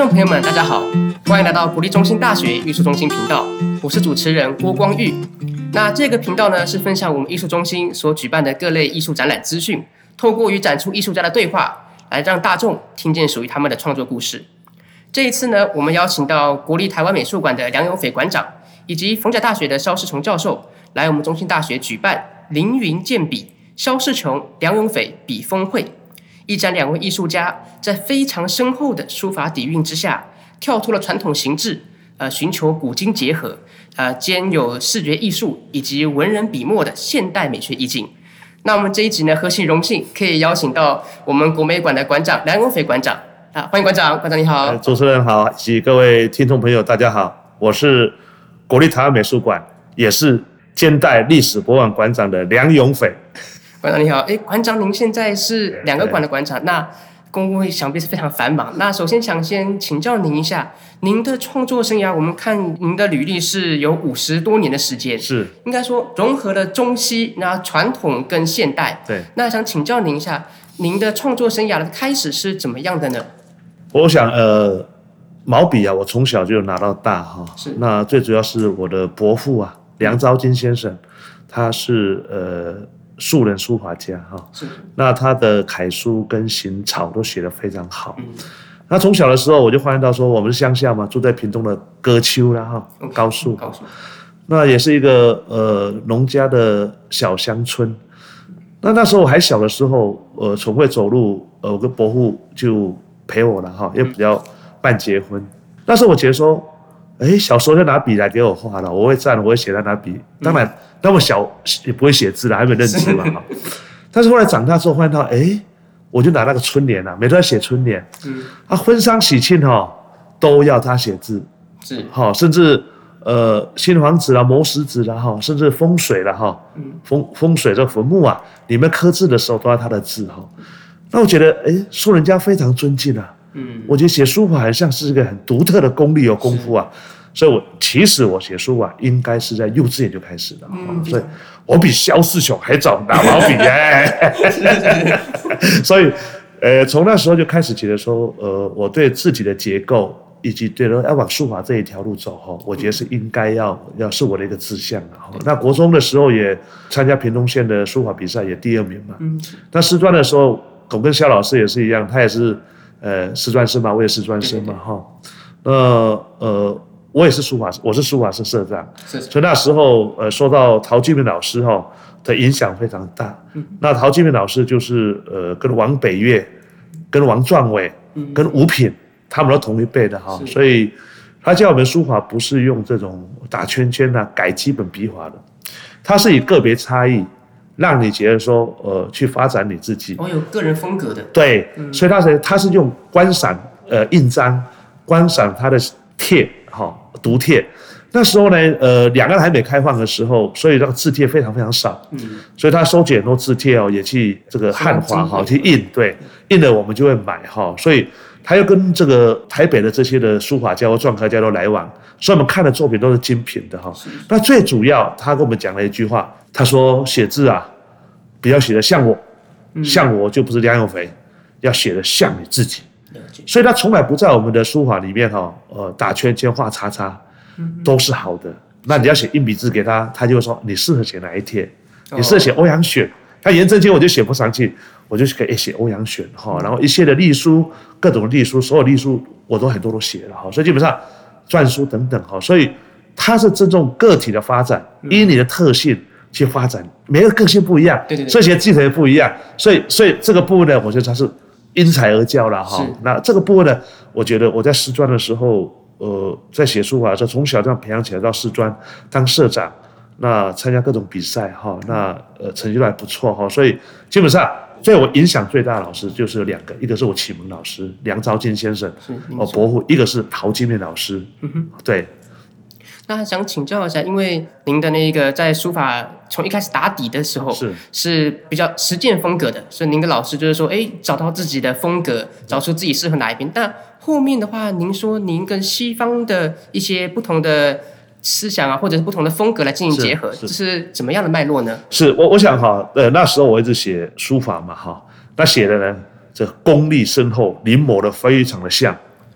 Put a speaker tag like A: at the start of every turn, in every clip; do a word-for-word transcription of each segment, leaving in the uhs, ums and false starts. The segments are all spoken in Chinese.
A: 众朋友们，大家好，欢迎来到国立中心大学艺术中心频道，我是主持人郭光裕。那这个频道呢，是分享我们艺术中心所举办的各类艺术展览资讯，透过与展出艺术家的对话，来让大众听见属于他们的创作故事。这一次呢，我们邀请到国立台湾美术馆的梁永斐馆长，以及逢甲大学的萧世琼教授，来我们中心大学举办凌云健笔萧世琼、梁永斐笔锋会，一展两位艺术家在非常深厚的书法底蕴之下，跳脱了传统形制，呃，寻求古今结合，呃，兼有视觉艺术以及文人笔墨的现代美学意境。那我们这一集呢，何其荣幸可以邀请到我们国美馆的馆长梁永斐馆长啊，欢迎馆长，馆长你好。
B: 呃、主持人好，以及各位听众朋友大家好，我是国立台湾美术馆，也是兼代历史博物馆馆长的梁永斐。
A: 馆长你好，哎，馆长您现在是两个馆的馆长，那公务想必是非常繁忙。那首先想先请教您一下，您的创作生涯，我们看您的履历是有五十多年的时间，
B: 是
A: 应该说融合了中西，那传统跟现代。
B: 对，
A: 那想请教您一下，您的创作生涯的开始是怎么样的呢？
B: 我想，呃，毛笔啊，我从小就拿到大哈。是。那最主要是我的伯父啊，梁昭金先生，他是呃。素人书法家哈，那他的楷书跟行草都写得非常好。嗯、那从小的时候我就发现到说，我们是乡下嘛，住在屏东的歌丘啦哈，高树，高树，那也是一个呃农家的小乡村。那那时候我还小的时候，呃，总会走路，呃，我跟伯父就陪我了哈，也比较办结婚。那时候我觉得说，哎，小时候就拿笔来给我画了，我会站，我会写，他拿笔，当然。嗯那么小也不会写字了，还没认字嘛。但是后来长大之后，发现到，哎，我就拿那个春联啊，每天要写春联。嗯。啊，婚丧喜庆哈、哦，都要他写字。是。好、哦，甚至呃新房子啦、磨石子啦哈，甚至风水啦哈，嗯、风风水这坟墓啊，里面刻字的时候都要他的字哈。那我觉得，哎，受人家非常尊敬啊。嗯。我觉得写书法很像是一个很独特的功力有功夫啊。所以我其实我写书啊，应该是在幼稚园就开始了，嗯、所以我比萧世琼还早拿毛笔哎，所以呃从那时候就开始觉得说，呃我对自己的结构以及对要往书法这一条路走哈，我觉得是应该要要是我的一个志向了。那国中的时候也参加屏东县的书法比赛，也第二名嘛。嗯、那师专的时候，我跟萧老师也是一样，他也是呃师专生嘛，我也是专生嘛哈。那呃。我也是书法，我是书法社社长，所以那时候呃受到陶基明老师哈、哦、的影响非常大。嗯、那陶基明老师就是呃跟王北岳、跟王壮伟、嗯、跟吴品他们都同一辈的哈、哦，所以他教我们书法不是用这种打圈圈啊改基本笔法的，他是以个别差异让你觉得说呃去发展你自己。
A: 哦，有个人风格的。对，
B: 嗯、所以他是他是用观赏呃印章，观赏他的帖。好，读帖，那时候呢，呃，两岸还没开放的时候，所以那个字帖非常非常少，嗯，所以他收集很多字帖哦，也去这个汉华哈去印，对，印了我们就会买哈，所以他又跟这个台北的这些的书法家或篆刻家都来往，所以我们看的作品都是精品的哈。那最主要，他跟我们讲了一句话，他说写字啊，不要写的像我，嗯、像我就不是梁永斐，要写的像你自己。所以他从来不在我们的书法里面哈，呃，打圈圈画叉叉，都是好的。那你要写硬笔字给他，他就会说你适合写哪一帖，你适合写欧阳选。他颜真卿我就写不上去，我就可以写欧阳选哈。然后一些的隶书，各种隶书，所有隶书我都很多都写了哈。所以基本上篆书等等哈，所以他是尊重个体的发展，依你的特性去发展，每个个性不一样，对对对，所以写字也不一样。所以所以这个部分呢，我觉得他是。因材而教了哈，那这个部分呢，我觉得我在师专的时候，呃，在写书法的时候，从小这样培养起来，到师专当社长，那参加各种比赛哈，那呃成绩都还不错哈，所以基本上对我影响最大的老师就是有两个，一个是我启蒙老师梁昭金先生，哦伯父，一个是陶基面老师，嗯哼，对。
A: 那想请教一下，因为您的那个在书法从一开始打底的时候是是比较实践风格的，所以您的老师就是说，哎，找到自己的风格，找出自己适合哪一边。但后面的话，您说您跟西方的一些不同的思想啊，或者是不同的风格来进行结合，这是怎么样的脉络呢？
B: 是我我想哈，呃，那时候我一直写书法嘛哈，那写的呢，这功力深厚，临摹的非常的像。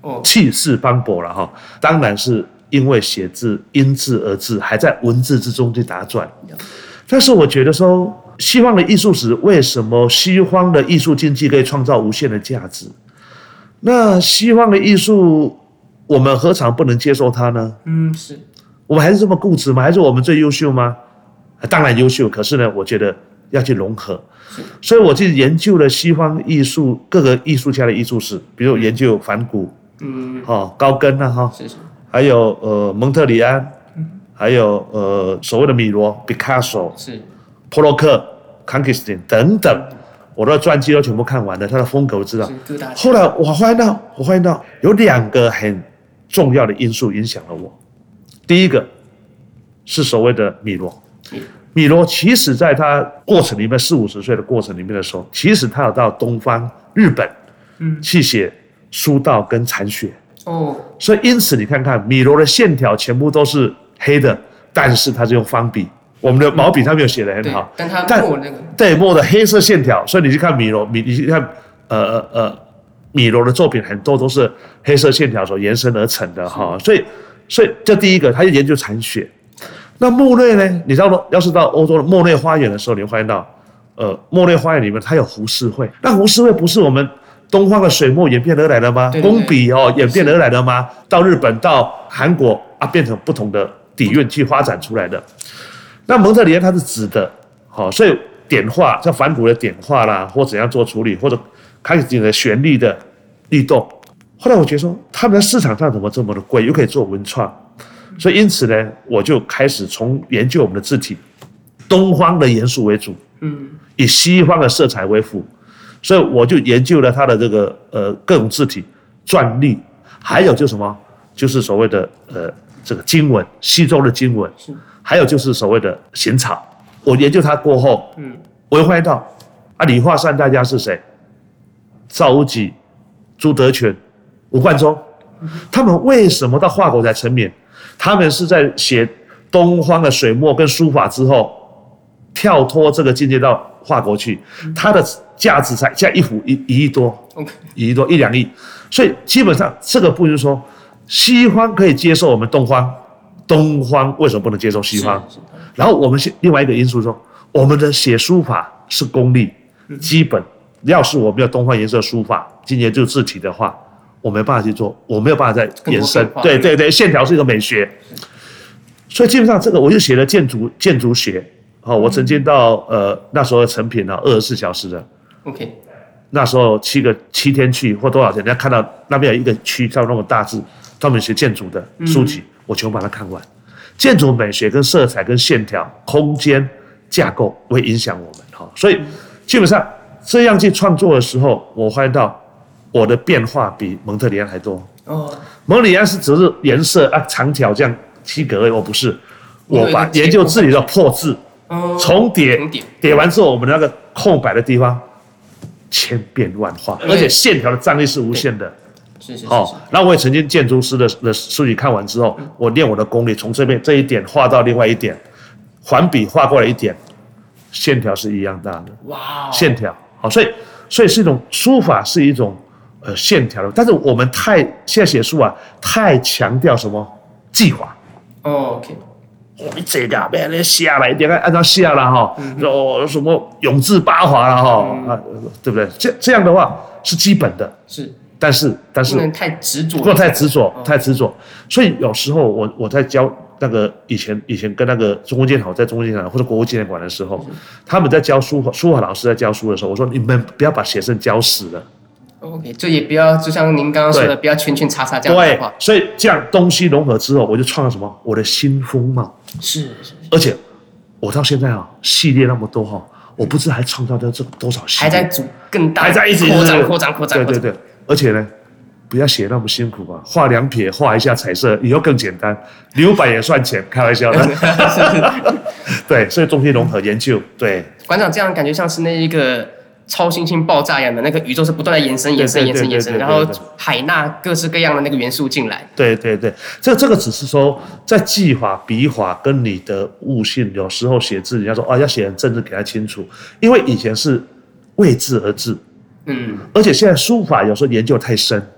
A: 哦，
B: 气势磅礴了哈。当然是因为写字因字而字，还在文字之中去打转。但是我觉得说，西方的艺术史为什么西方的艺术经济可以创造无限的价值？那西方的艺术，我们何尝不能接受它呢？
A: 嗯，是。
B: 我们还是这么固执吗？还是我们最优秀吗？当然优秀，可是呢，我觉得要去融合。所以我去研究了西方艺术各个艺术家的艺术史，比如研究梵谷，嗯，哦，高更啊，哈，
A: 是是，
B: 还有呃蒙特里安，嗯，还有呃所谓的米罗、毕卡索，
A: 是，
B: 波洛克、康克斯汀等等，我的传记都全部看完了，他的风格我知道。后来我发现到，我发现到有两个很重要的因素影响了我。第一个是所谓的米罗。米罗其实在他过程里面四五十岁的过程里面的时候，其实他有到东方日本，嗯，去写书道跟禅学哦，所以因此你看看米罗的线条全部都是黑的，但是他是用方笔，我们的毛笔他没有写得很好，
A: 但他墨那个
B: 对墨的黑色线条，所以你去看米罗，米你去看呃呃呃米罗的作品很多都是黑色线条所延伸而成的哈，所以所以这第一个，他就研究禅学。那莫内呢？你知道，要是到欧洲的莫内花园的时候，你会发现到，呃，莫内花园里面它有胡适会。那胡适会不是我们东方的水墨演变而来的吗？对对对，工笔哦演变而来的吗？到日本、到韩国啊，变成不同的底蕴去发展出来的。那蒙特里安它是直的，好、哦，所以点画像梵谷的点画啦，或怎样做处理，或者开始的旋律的律动。后来我觉得说，他们在市场上怎么这么的贵，又可以做文创？所以因此呢，我就开始从研究我们的字体，东方的元素为主，嗯，以西方的色彩为辅，所以我就研究了它的这个呃各种字体、篆隶，还有就是什么，就是所谓的呃这个经文，西周的经文，还有就是所谓的行草。我研究它过后，嗯，我又发现到啊，理化三大家是谁？赵无极、朱德全、吴冠中，他们为什么到华国才成名？他们是在写东方的水墨跟书法之后，跳脱这个境界到华国去，它的价值才现在一幅一一亿多，一亿多一两亿，所以基本上这个不是说西方可以接受我们东方，东方为什么不能接受西方？然后我们另外一个因素说，我们的写书法是功利，基本要是我们有东方颜色书法，今年就字体的话。我没办法去做，我没有办法再延伸。对对对，线条是一个美学，所以基本上这个我就写了建筑建筑学。哦，我曾经到呃那时候的成品啊，二十四小时的。
A: OK。
B: 那时候七个七天去或多少钱，人家看到那边有一个区叫那么大字，专门学建筑的书籍，嗯、我全部把它看完。建筑美学跟色彩跟线条、空间架构会影响我们哈，所以基本上这样去创作的时候，我发现到。我的变化比蒙特里安还多。哦，蒙特里安是只是颜色啊、长条这样七格而已，我不是，我把研究字里的破字，重叠，叠完之后，我们那个空白的地方千变万化，而且线条的张力是无限的。
A: 是是是。
B: 好，然后我也曾经建筑师的的书籍看完之后，我练我的功力，从这边这一点画到另外一点，环笔画过来一点，线条是一样大的。哇，线条好，所以所以是一种书法，是一种。呃，线条的，但是我们太现在写书啊，太强调什么技法。
A: 哦 ，OK，
B: 哦，你这个别来写了，一定要按照写了哈。哦，什么永字八华了哈，嗯、啊，对不对？这这样的话是基本的，
A: 是，
B: 但是但是
A: 不能太执着，
B: 不能太执着，太执着。所以有时候我我在教那个以前以前跟那个中国建好在中国建好或者国父纪念馆的时候，他们在教书法书法老师在教书的时候，我说你们不要把学生教死了。
A: OK， 就也不要，就像您刚刚说的，不要圈圈叉叉这样的话。
B: 对，所以这样东西融合之后，我就创了什么？我的新风貌。
A: 是是是。
B: 而且我到现在啊，系列那么多哈，我不知道还创造到这多少系列。
A: 还在组更大，
B: 还在一直
A: 扩张扩张扩张。
B: 对对对，而且呢，不要写那么辛苦吧，画两撇，画一下彩色，以后更简单。留白也算钱，开玩笑的。对，所以中西融合研究，对。
A: 馆长这样感觉像是那一个。超新星爆炸一样的那个宇宙是不断的延伸、延伸、延伸、延伸，然后海纳各式各样的那个元素进来。
B: 对对对，这这个只是说在技法、笔法跟你的悟性，有时候写字，人家说啊要写很正字，给他清楚，因为以前是为字而字，嗯，而且现在书法有时候研究太深，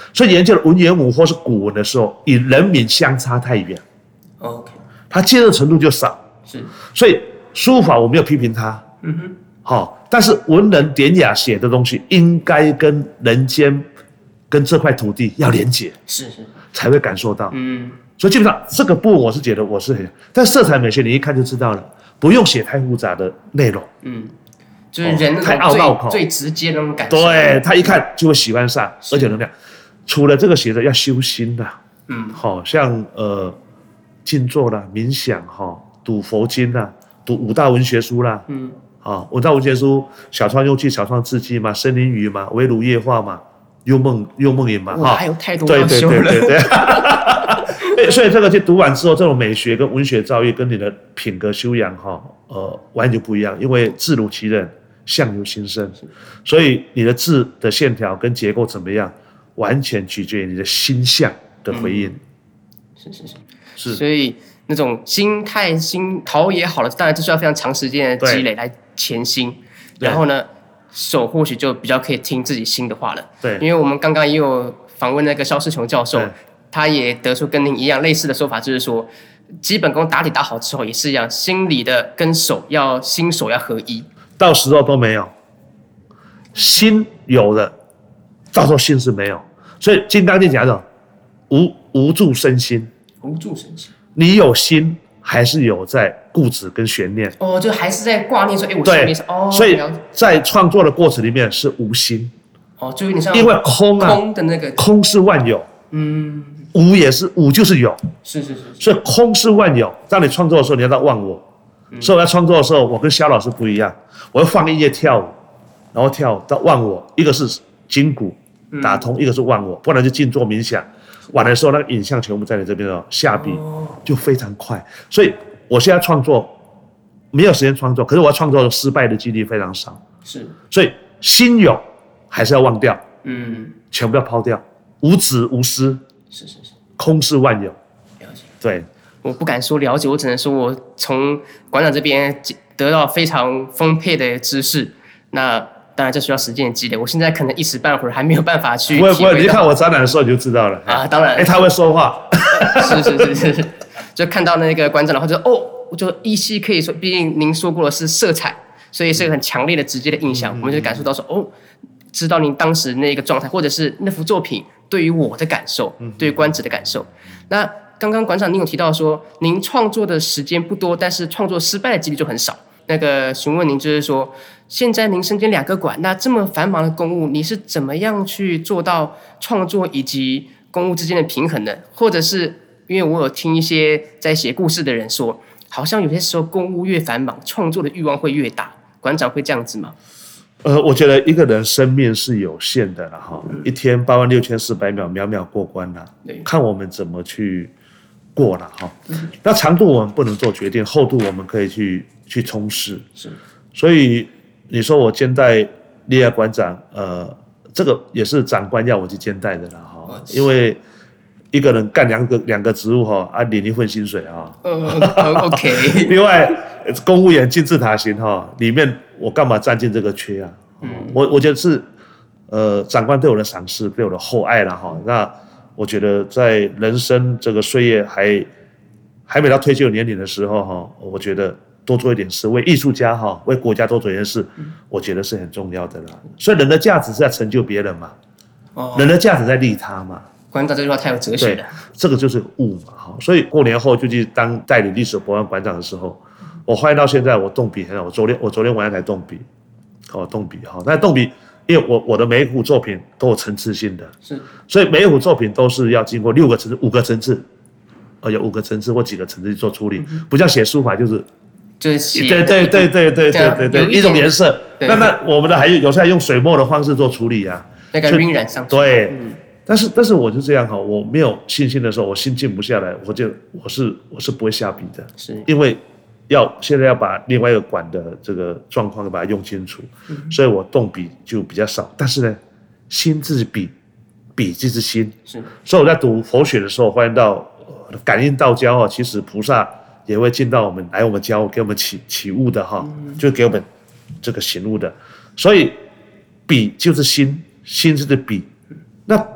B: 所以研究文言文或是古文的时候，与人民相差太远。
A: OK，
B: 它接受程度就少。
A: 是，
B: 所以书法我没有批评它，
A: 嗯哼，
B: 好、哦，但是文人典雅写的东西应该跟人间、跟这块土地要连结，
A: 是是，
B: 才会感受到。
A: 嗯，
B: 所以基本上这个部分我是觉得我是很，但色彩美学你一看就知道了，不用写太复杂的内容，
A: 嗯，就是人那
B: 太
A: 种最、
B: 拗道口
A: 最直接的那种感受，
B: 对他一看就会喜欢上，而且能量。除了这个写的要修心的，
A: 嗯，
B: 好、像呃静坐啦、冥想哈、哦、读佛经啦、读五大文学书啦，
A: 嗯，
B: 啊、哦，五大文学书，小窗幽记、小窗字迹嘛，森林语嘛，围炉夜话嘛，幽梦幽梦影嘛，
A: 哇，
B: 哈、
A: 还有太多
B: 对
A: 要修了，
B: 对对对对。所以这个去读完之后，这种美学跟文学造诣跟你的品格修养哈，呃，完全不一样。因为字如其人，相由心生，所以你的字的线条跟结构怎么样，完全取决于你的心象的回应。
A: 嗯、是是是
B: 是，
A: 所以那种心态、心陶冶好了，当然这需要非常长时间的积累来潜心。然后呢，手或许就比较可以听自己心的话了。
B: 对，
A: 因为我们刚刚也有访问那个肖世琼教授。他也得出跟您一样类似的说法，就是说，基本功打底打好之后也是一样，心理的跟手要心手要合一。
B: 到时候都没有，心有了，到时候心是没有。所以《金刚经》讲的无无住身心，
A: 无住身心，
B: 你有心还是有在固执跟悬念。
A: 哦，就还是在挂念说，哎，我心里是哦，
B: 所以在创作的过程里面是无心。
A: 哦，就有点像
B: 因为空啊，
A: 空的那个
B: 空是万有。
A: 嗯。
B: 无也是无，就是有，
A: 是是是，
B: 所以空是万有。当你创作的时候，你要到忘我。嗯、所以我在创作的时候，我跟肖老师不一样，我会放音乐跳舞，然后跳舞到忘我。一个是筋骨打通，嗯、一个是忘我，不然就静坐冥想。晚的时候，那个影像全部在你这边哦，下笔就非常快。所以我现在创作没有时间创作，可是我要创作的失败的几率非常少。
A: 是，
B: 所以心有还是要忘掉，
A: 嗯，
B: 全部要抛掉，无执无失。
A: 是是是，
B: 空是万有。
A: 了解。
B: 对，
A: 我不敢说了解，我只能说我从馆长这边得到非常丰沛的知识。那当然这需要时间的积累，我现在可能一时半会儿还没有办法去。
B: 不会不会，你看我展览的时候你就知道了
A: 啊。当然，
B: 哎，他会说话。
A: 是是是是，就看到那个馆长的话就，就哦，我就依稀可以说，毕竟您说过的是色彩，所以是个很强烈的直接的印象，嗯、我们就感受到说哦。知道您当时那个状态，或者是那幅作品对于我的感受，对于观者的感受。那刚刚馆长您有提到说，您创作的时间不多，但是创作失败的几率就很少。那个询问您就是说，现在您身兼两个馆，那这么繁忙的公务，你是怎么样去做到创作以及公务之间的平衡的？或者是因为我有听一些在写故事的人说，好像有些时候公务越繁忙，创作的欲望会越大。馆长会这样子吗？
B: 呃，我觉得一个人生命是有限的了哈，嗯、一天八万六千四百秒，秒秒过关了，看我们怎么去过了哈。嗯、那长度我们不能做决定，厚度我们可以去去充实。是，所以你说我兼代立业馆长，呃，这个也是长官要我去兼代的了哈，因为一个人干两个两个职务哈，啊，领一份薪水啊。
A: 嗯 ，OK。
B: 另外，公务员金字塔型哈，里面。我干嘛占尽这个缺啊？嗯、我我觉得是，呃，长官对我的赏识，对我的厚爱了哈。那我觉得在人生这个岁月还还没到退休年龄的时候哈，我觉得多做一点事，为艺术家哈，为国家多做一件事，嗯、我觉得是很重要的啦。所以人的价值是在成就别人嘛，哦、人的价值在利他嘛。
A: 馆长这句话太有哲学了。
B: 这个就是悟嘛哈。所以过年后就去当代理历史博物馆馆长的时候。我发现到现在，我动笔很好。我昨天我昨天晚上才动笔，哦，动笔哈。那动笔，因为我我的每一幅作品都有层次性的，是，所以每一幅作品都是要经过六个层次、五个层次，呃，有五个层次或几个层次去做处理，嗯、不像写书法就是
A: 就是写
B: 对对对对对对对对一种颜色。那那我们的还有有时候用水墨的方式做处理啊，
A: 那个晕染上去。
B: 对，嗯、但是但是我就这样哈，我没有信心的时候，我心静不下来，我就我是我是不会下笔的，是因为。要现在要把另外一个馆的这个状况把它用清楚，嗯、所以我动笔就比较少。但是呢，心即笔，笔即是心。是，所以我在读佛学的时候，发现到、呃、感应道交啊，其实菩萨也会进到我们来我们教，给我们启启悟的哈，嗯、就给我们这个醒悟的。所以笔就是心，心就是笔。那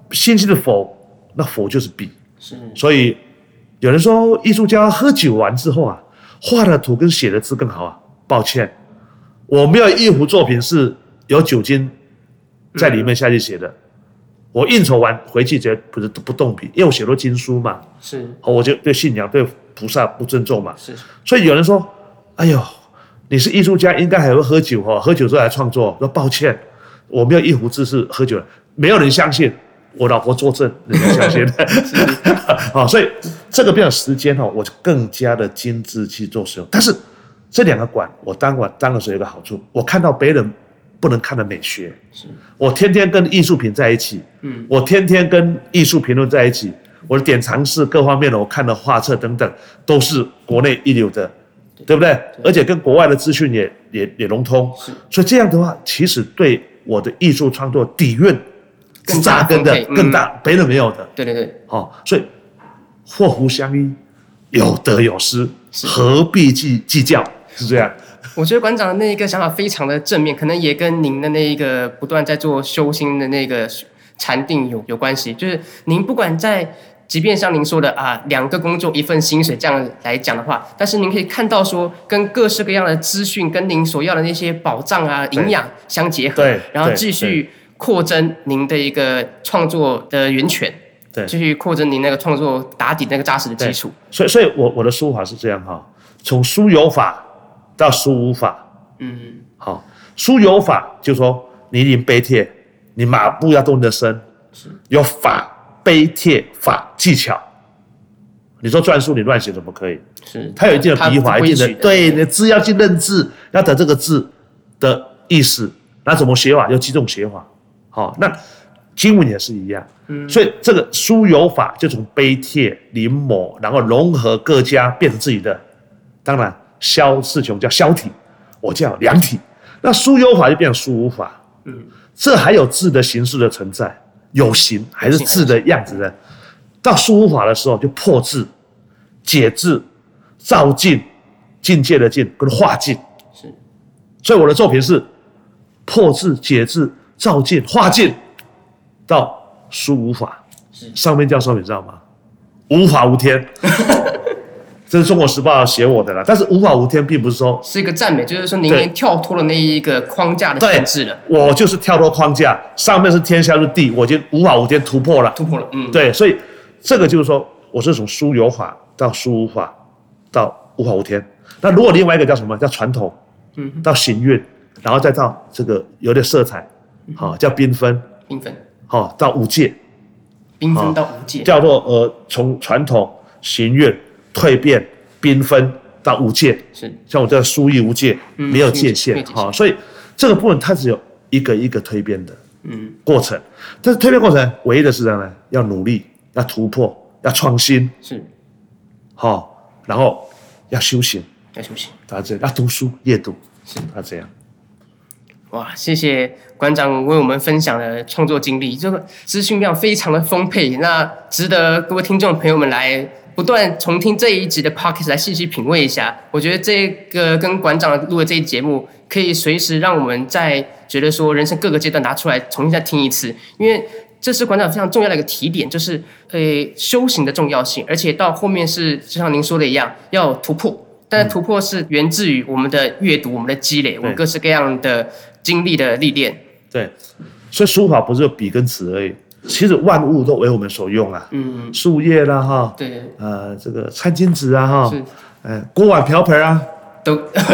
B: 星星的佛，那佛就是笔。
A: 是，
B: 所以有人说艺术家喝酒完之后啊，画的图跟写的字更好啊。抱歉，我没有一幅作品是有酒精在里面下去写的。嗯、我应酬完回去直接不是不动笔，因为我写过经书嘛。
A: 是，
B: 我就对信仰对菩萨不尊重嘛。
A: 是，
B: 所以有人说，哎呦，你是艺术家，应该还会喝酒哦，喝酒之后来创作。说抱歉，我没有一幅字是喝酒的，没有人相信。我老婆作证，人家相信。好，所以这个比较时间哦，我就更加的精致去做使用。但是这两个馆，我当馆当的时候有一个好处，我看到别人不能看的美学。我天天跟艺术品在一起，嗯，我天天跟艺术评论在一起，我的典藏室各方面的，我看的画册等等，都是国内一流的，对不对？而且跟国外的资讯也也也融通。所以这样的话，其实对我的艺术创作底蕴。更扎根的更大，别人没有的。
A: 对对对，
B: 哦，所以祸福相依，有得有失，何必计计较？是这样。
A: 我觉得馆长的那一个想法非常的正面，可能也跟您的那一个不断在做修心的那个禅定有有关系。就是您不管在，即便像您说的啊，两个工作一份薪水这样来讲的话，但是您可以看到说，跟各式各样的资讯跟您所要的那些保障啊、营养相结合，然后继续。扩增您的一个创作的源泉，对，继续扩增您那个创作打底那个扎实的基础。
B: 所以，所以我我的书法是这样哈，从书有法到书无法。嗯，好，书有法就是说你临碑帖，你马步要动得深，有法碑帖法技巧。你说篆书你乱写怎么可以？是，它有一定的笔法，一定的对，你的字要去认字，要得这个字的意思。那怎么写法？有几种写法。好，那经文也是一样，嗯，所以这个书有法就从碑帖临摹，然后融合各家变成自己的。当然，萧世琼叫萧体，我叫梁体。那书有法就变成书无法，嗯，这还有字的形式的存在，有形还是字的样子的。到书无法的时候，就破字、解字、造境，境界的境跟化境。是，所以我的作品是破字、解字。照镜化镜到书无法，上面叫什么你知道吗？无法无天。这是中国时报写我的啦，但是无法无天并不是说
A: 是一个赞美，就是说您已经跳脱了那一个框架的限制了。
B: 我就是跳脱框架，上面是天，下是地，我已经无法无天突破了，
A: 突破了。嗯，
B: 对，所以这个就是说，我是从书有法到书无法到无法无天。那如果另外一个叫什么？叫传统，嗯，到行韵，然后再到这个有点色彩。好，叫缤纷，
A: 缤纷，
B: 好到无界，
A: 缤纷到无界，
B: 叫做呃，从传统行韵蜕变缤纷到无界，是像我这书艺无界，嗯、没有界限，好，所以这个部分它只有一个一个蜕变的嗯过程，但是蜕变过程唯一的是什么呢？要努力，要突破，要创新，是，好，然后要修行，
A: 要修行，
B: 他这样，要读书阅读，是他这样。
A: 哇，谢谢馆长为我们分享的创作经历，这个资讯量非常的丰沛，那值得各位听众朋友们来不断重听这一集的 podcast 来细细品味一下。我觉得这个跟馆长录的这一节目，可以随时让我们在觉得说人生各个阶段拿出来重新再听一次，因为这是馆长非常重要的一个提点，就是呃修行的重要性，而且到后面是就像您说的一样，要突破。但是突破是源自于我们的阅读、我们的积累、我们各式各样的经历的历练。
B: 对，所以书法不是有笔跟纸而已，其实万物都为我们所用啊。嗯，树叶啦，哈，对，呃，这个餐巾纸啊，哈，是，呃，锅碗瓢盆啊，都。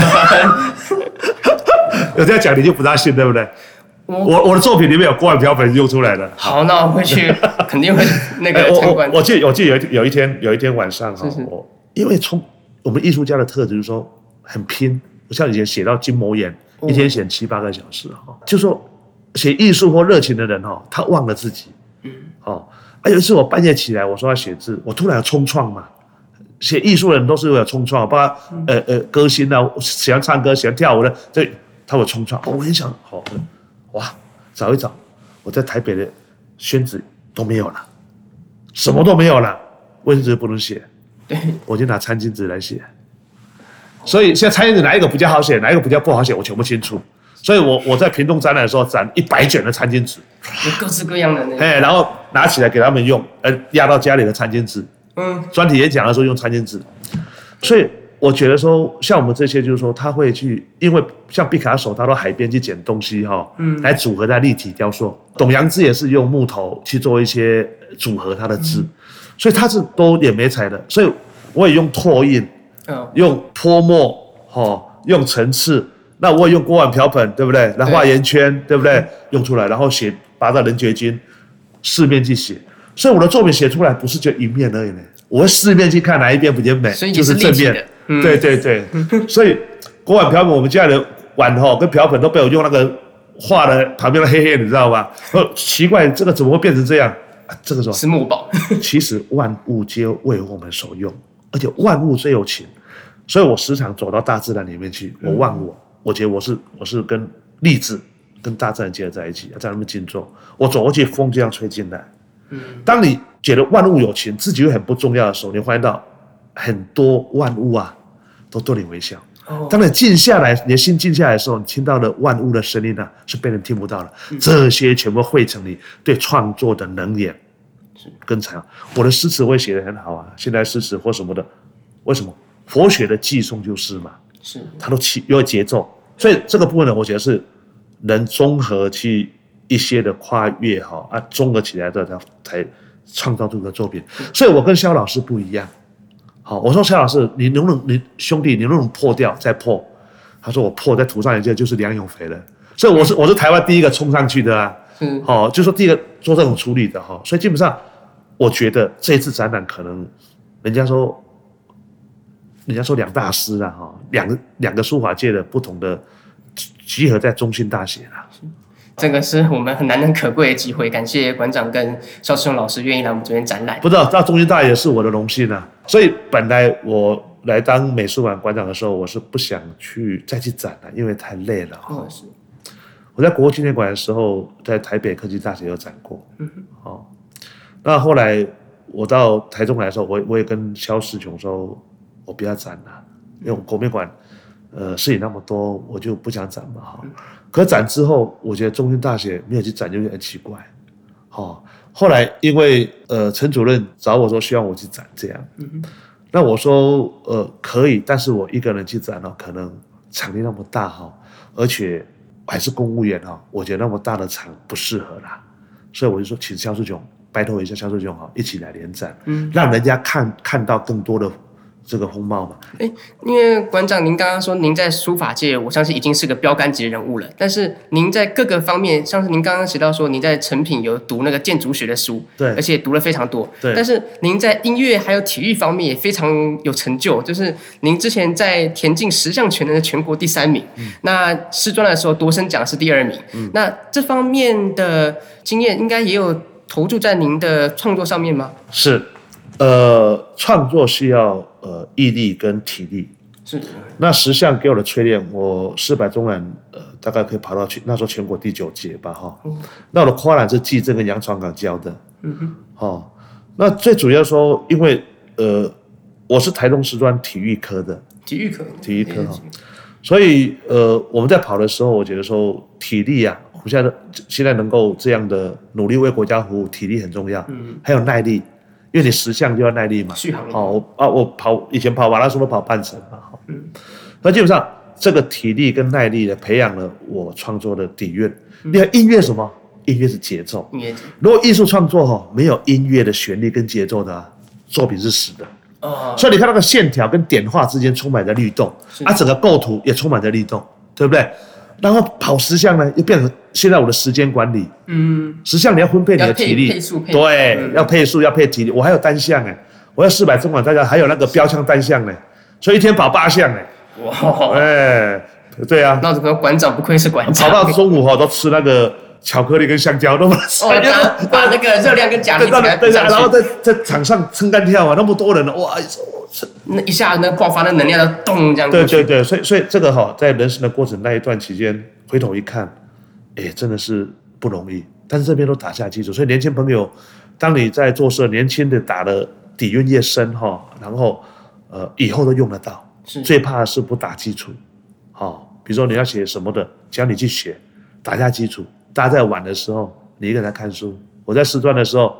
B: 有这样讲你就不大信，对不对？我我的作品里面有锅碗瓢盆用出来的。
A: 好，那我回去肯定会那个参观。
B: 我记得我记得有有一天有一天晚上哈，我因为从我们艺术家的特质就是说很拼，像以前写到筋膜炎，一天写七八个小时哈，就说写艺术或热情的人哈，他忘了自己，嗯，哦，啊有一次我半夜起来，我说要写字，我突然有冲撞嘛，写艺术的人都是有冲撞，包括呃呃歌星啊，喜欢唱歌、喜欢跳舞的，这他有冲撞，我很想好，哇，找一找，我在台北的宣纸都没有了，什么都没有了，卫生纸不能写。对，我就拿餐巾纸来写，所以现在餐巾纸哪一个比较好写，哪一个比较不好写，我全部清楚。所以我我在屏东展览的时候展一百卷的餐巾纸，
A: 有各式各样的那个，
B: 哎，然后拿起来给他们用，呃，压到家里的餐巾纸。嗯，专题演讲的时候用餐巾纸，所以我觉得说，像我们这些就是说，他会去，因为像毕卡索，他到海边去捡东西哈，嗯，来组合在立体雕塑。董阳志也是用木头去做一些组合他的字，嗯、所以他是都也没彩的，所以我也用拓印，嗯，用泼墨，哈，用层次，那我也用锅碗瓢盆，对不对？来画圆圈，对不对？用出来，然后写八大人觉经，四面去写。所以我的作品写出来不是就一面而已呢，我会四面去看哪一边比较美，
A: 所以
B: 就是正面。嗯、对对对，所以锅碗瓢盆，我们家的碗哈跟瓢盆都被我用那个画的旁边的黑黑，你知道吧？哦，奇怪，这个怎么会变成这样？啊、这个时候
A: 是墨宝。
B: 其实万物皆为我们所用，而且万物皆有情，所以我时常走到大自然里面去，我忘我，我觉得我是我是跟立志跟大自然结合在一起，在那边静坐，我走过去，风这样吹进来。当你觉得万物有情，自己又很不重要的时候，你会发现到很多万物啊都对你微笑。哦、当你静下来，你的心静下来的时候，你听到的万物的声音啊是被人听不到的，嗯、这些全部汇成你对创作的能源跟才华。我的诗词会写得很好啊，现代诗词或什么的，为什么？佛学的寄颂就是嘛，是它都起有节奏，所以这个部分呢，我觉得是能综合去。一些的跨越哈啊，综合起来的才创造出个作品。所以我跟肖老师不一样。好，我说肖老师，你能不能你兄弟，你能不能破掉再破？他说我破再涂上一件就是梁永肥了。所以我是我是台湾第一个冲上去的啊。嗯。好，就说第一个做这种处理的哈。所以基本上，我觉得这一次展览可能人家说，人家说两大师啊哈，两个两个书法界的不同的集合在中兴大学啦。
A: 这个是我们很难能可贵的机会，感谢馆长跟肖世雄老师愿意来我们这边展览。
B: 不知道到中兴大学是我的荣幸啊，所以本来我来当美术馆馆长的时候，我是不想去再去展了，因为太累了。哦，是。我在国父纪念馆的时候，在台北科技大学有展过。嗯哼。哦，那后来我到台中来的时候，我我也跟肖世雄说，我不要展了，因为我国美馆呃事情那么多，我就不想展嘛哈。嗯，可展之后，我觉得中兴大学没有去展，就有点奇怪。哦，后来因为呃陈主任找我说希望我去展这样，嗯、那我说呃可以，但是我一个人去展哦，可能场地那么大哈，而且还是公务员哈，我觉得那么大的场不适合啦，所以我就说请肖世雄拜托一下肖世雄哈，一起来联展，嗯、让人家看看到更多的。这个风貌嘛，
A: 哎，因为馆长您刚刚说您在书法界，我相信已经是个标杆级人物了。但是您在各个方面，像是您刚刚提到说您在成品有读那个建筑学的书，对，而且读了非常多。对，但是您在音乐还有体育方面也非常有成就，就是您之前在田径十项全能的全国第三名，嗯、那师专的时候夺生奖是第二名。嗯、那这方面的经验应该也有投注在您的创作上面吗？
B: 是。呃，创作需要呃毅力跟体力。是。那十项给我的淬炼，我四百中栏呃大概可以跑到去那时候全国第九届吧哈。嗯、那我的跨栏是季正跟杨传港教的。嗯哼。哦，那最主要说，因为呃我是台中师专体育科的。
A: 体育科。
B: 体育科哈。所以呃我们在跑的时候，我觉得说体力啊，我们现在现在能够这样的努力为国家服务，体力很重要。嗯。还有耐力。因为你十项就要耐力嘛，
A: 续航力。
B: 好啊，我跑以前跑马拉松都跑半程嘛，嗯，那基本上这个体力跟耐力的培养了我创作的底蕴。你看音乐什么？音乐是节奏。音乐。如果艺术创作哈没有音乐的旋律跟节奏的、啊、作品是死的。哦。所以你看那个线条跟点画之间充满着律动，啊，整个构图也充满着律动，对不对？然后跑十项呢，又变成现在我的时间管理。嗯，十项你要分配你的体力，
A: 配速配
B: 对，嗯、要配速，要配体力。我还有单项哎，我要四百中馆，大家还有那个标枪单项呢，所以一天跑八项哎。哇，哎，对啊。
A: 那怎么馆长不愧是馆长？
B: 跑到中午哈都吃那个巧克力跟香蕉，那么
A: 哦，把那个热量跟钾离子来补上去，
B: 然后在在场上撑杆跳啊，那么多人哇！
A: 那一下那爆发的能量都咚这样过去。
B: 对对对，所以所以这个哈，在人生的过程那一段期间，回头一看，哎，真的是不容易。但是这边都打下基础，所以年轻朋友，当你在做事，年轻的打的底蕴越深哈，然后呃以后都用得到。最怕的是不打基础，好，比如说你要写什么的，教你去学，打下基础。大家在玩的时候，你一个人在看书；我在师专的时候，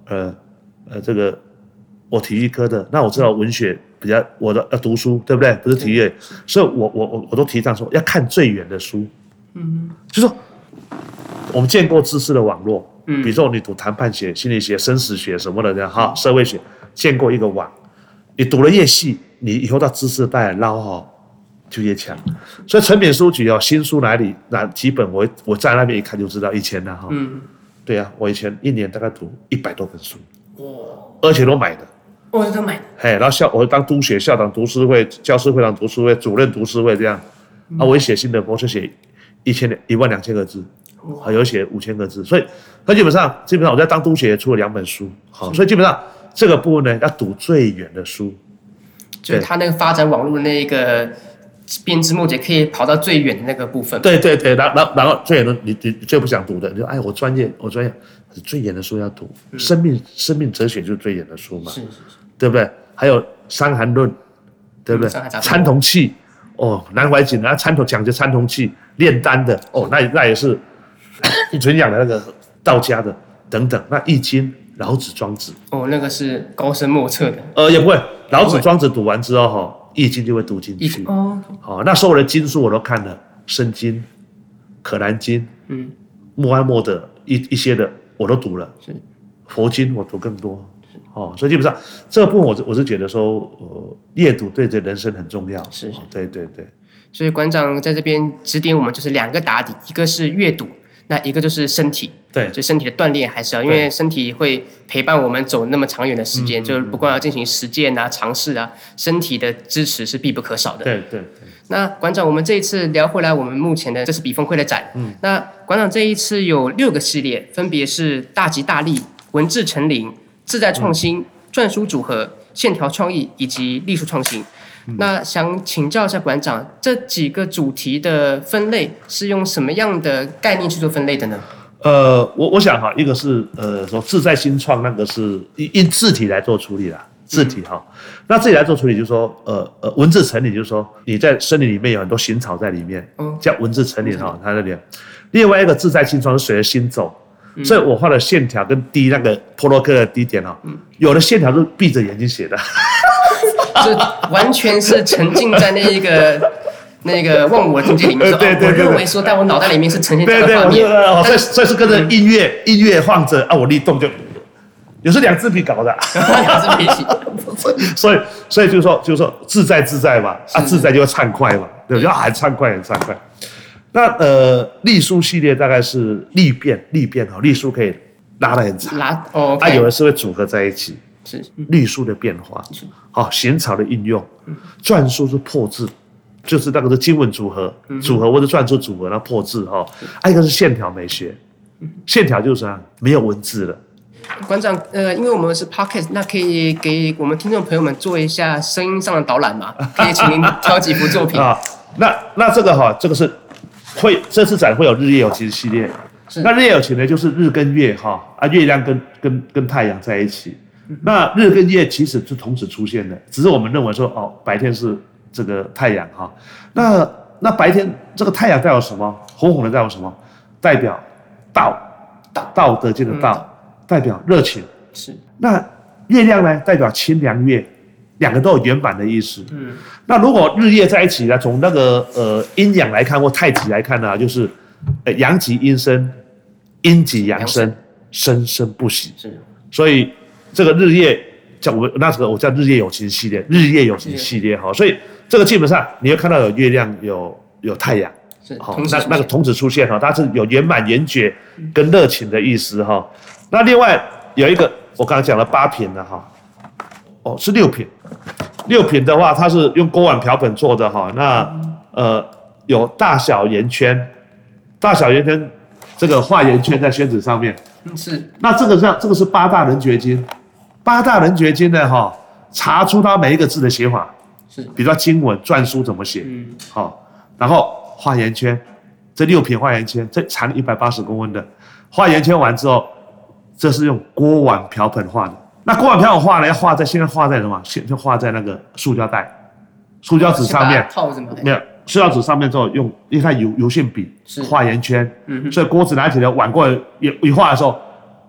B: 呃呃这个我体育科的，那我知道文学比较我的要读书，对不对？不是体育，所以我我我我都提倡说要看最远的书。嗯，就说我们见过知识的网络，嗯，比如说你读谈判学、心理学、生死学什么的这样哈，社会学见过一个网，你读了越细，你以后到知识带来捞哈就越强。所以诚品书局哦，新书哪里哪几本我我在那边一看就知道，以前呢哈，嗯，对啊，我以前一年大概读一百多本书，哇，而且都买的。
A: 我都买的，
B: 嘿，然后校我当督学、校长读书会、教师会长读书会、主任读书会这样，嗯、啊，我一写新的博士写一千一万两千个字，啊，有写五千个字，所以那基本上基本上我在当督学也出了两本书，好，所以基本上这个部分呢要读最远的书，
A: 就是他那个发展网络的那个编织末节可以跑到最远的那个部分。
B: 对对对，然后然后最远的你你最不想读的，你就哎我专业我专业最远的书要读，嗯、生命生命哲学就是最远的书嘛，是是是。对不对？还有《伤寒论》，对不对？嗯、参同契，哦，南怀瑾啊，参同讲究参同契，炼丹的，哦，那那也是纯讲的那个道家的等等。那《易经》，老子、庄子，
A: 哦，那个是高深莫测的。
B: 呃，也不会，老子、庄子读完之后，哈，《易经》就会读进去。哦，好、哦，那所有的经书我都看了，《圣经》、《可兰经》，嗯，穆罕默德一一些的我都读了，是佛经我读更多。哦，所以基本上这个部分我是我是觉得说，呃，阅读对这人生很重要。是，是、哦，对对对。
A: 所以馆长在这边指点我们，就是两个打底，一个是阅读，那一个就是身体。对，就身体的锻炼还是要，因为身体会陪伴我们走那么长远的时间，就是不光要进行实践啊、尝试啊，身体的支持是必不可少的。
B: 对对对。
A: 那馆长，我们这一次聊回来，我们目前的这是笔锋会的展。嗯。那馆长这一次有六个系列，分别是大吉大利、文质成林、自在创新、嗯、篆书组合、线条创意以及艺术创新。嗯、那想请教一下馆长，这几个主题的分类是用什么样的概念去做分类的呢？
B: 呃，我我想哈，一个是呃说自在新创，那个是因字体来做处理啦，字体哈。嗯、那字体来做处理，就是说呃呃文字成林，就是说你在森林里面有很多行草在里面，嗯、叫文字成林哈，它那里。另外一个自在新创是随着心走。嗯、所以我画的线条跟低那个波洛克的低点哦，嗯、有的线条是闭着眼睛写的，
A: 就完全是沉浸在那一个那个忘我的境界里面。说对对对对，我认为说，在我脑袋里面是呈现这样的画面。对对，
B: 哦，所以所以是跟着音乐、嗯、音乐放着啊，我律动就，有时两支笔搞的，
A: 两支笔起。
B: 所以所以就是说就是说自在自在嘛，啊自在就会畅快嘛，对不对？啊很畅快很畅快。那呃，隶书系列大概是隶变，隶变哈，隶书可以拉得很长，拉哦，它、okay 啊、有的是会组合在一起，是隶书的变化，好、哦，行草的应用，篆书是破字，就是那个是经文组合，嗯、组合或者篆书组合，那破字哈，还、哦、有一个是线条美学，线条就是啊没有文字了。
A: 馆长，呃，因为我们是 podcast， 那可以给我们听众朋友们做一下声音上的导览吗？可以请您挑几幅作品啊？
B: 那那这个哈，这个是。会这次展会有日夜有情系列，那日夜有情呢，就是日跟月哈啊，月亮跟跟跟太阳在一起。嗯、那日跟月其实是同时出现的，只是我们认为说哦，白天是这个太阳哈，那那白天这个太阳代表什么？红红的代表什么？代表道，道德经的道，嗯、代表热情。是。那月亮呢，代表清凉月。两个都有原版的意思。嗯，那如果日夜在一起呢？从那个呃阴阳来看或太极来看呢，就是呃阳极阴生，阴极阳生，生生不息。是，所以这个日夜叫我那时候我叫日夜有情系列，日夜有情系列哈。所以这个基本上你会看到有月亮，有有太阳，是好，那那个同时出现哈，它是有圆满圆觉跟热情的意思哈。那另外有一个我刚才讲了八品的哈。哦，是六品，六品的话，它是用锅碗瓢盆做的哈。那呃，有大小圆圈，大小圆圈，这个画圆圈在宣纸上面。是。那这个像这个是八大人觉经，八大人觉经呢哈，查出它每一个字的写法，是，比如说经文、篆书怎么写，嗯，好，然后画圆圈，这六品画圆圈，这长一百八十公分的，画圆圈完之后，这是用锅碗瓢盆画的。那锅碗瓢盆画呢？要画在现在画在什么？现就画在那个塑胶袋、塑胶纸上面。
A: 套着吗？
B: 没有，塑胶纸上面之后用，因为它油油性笔画圆圈，嗯、所以锅子拿起来碗过来一画的时候，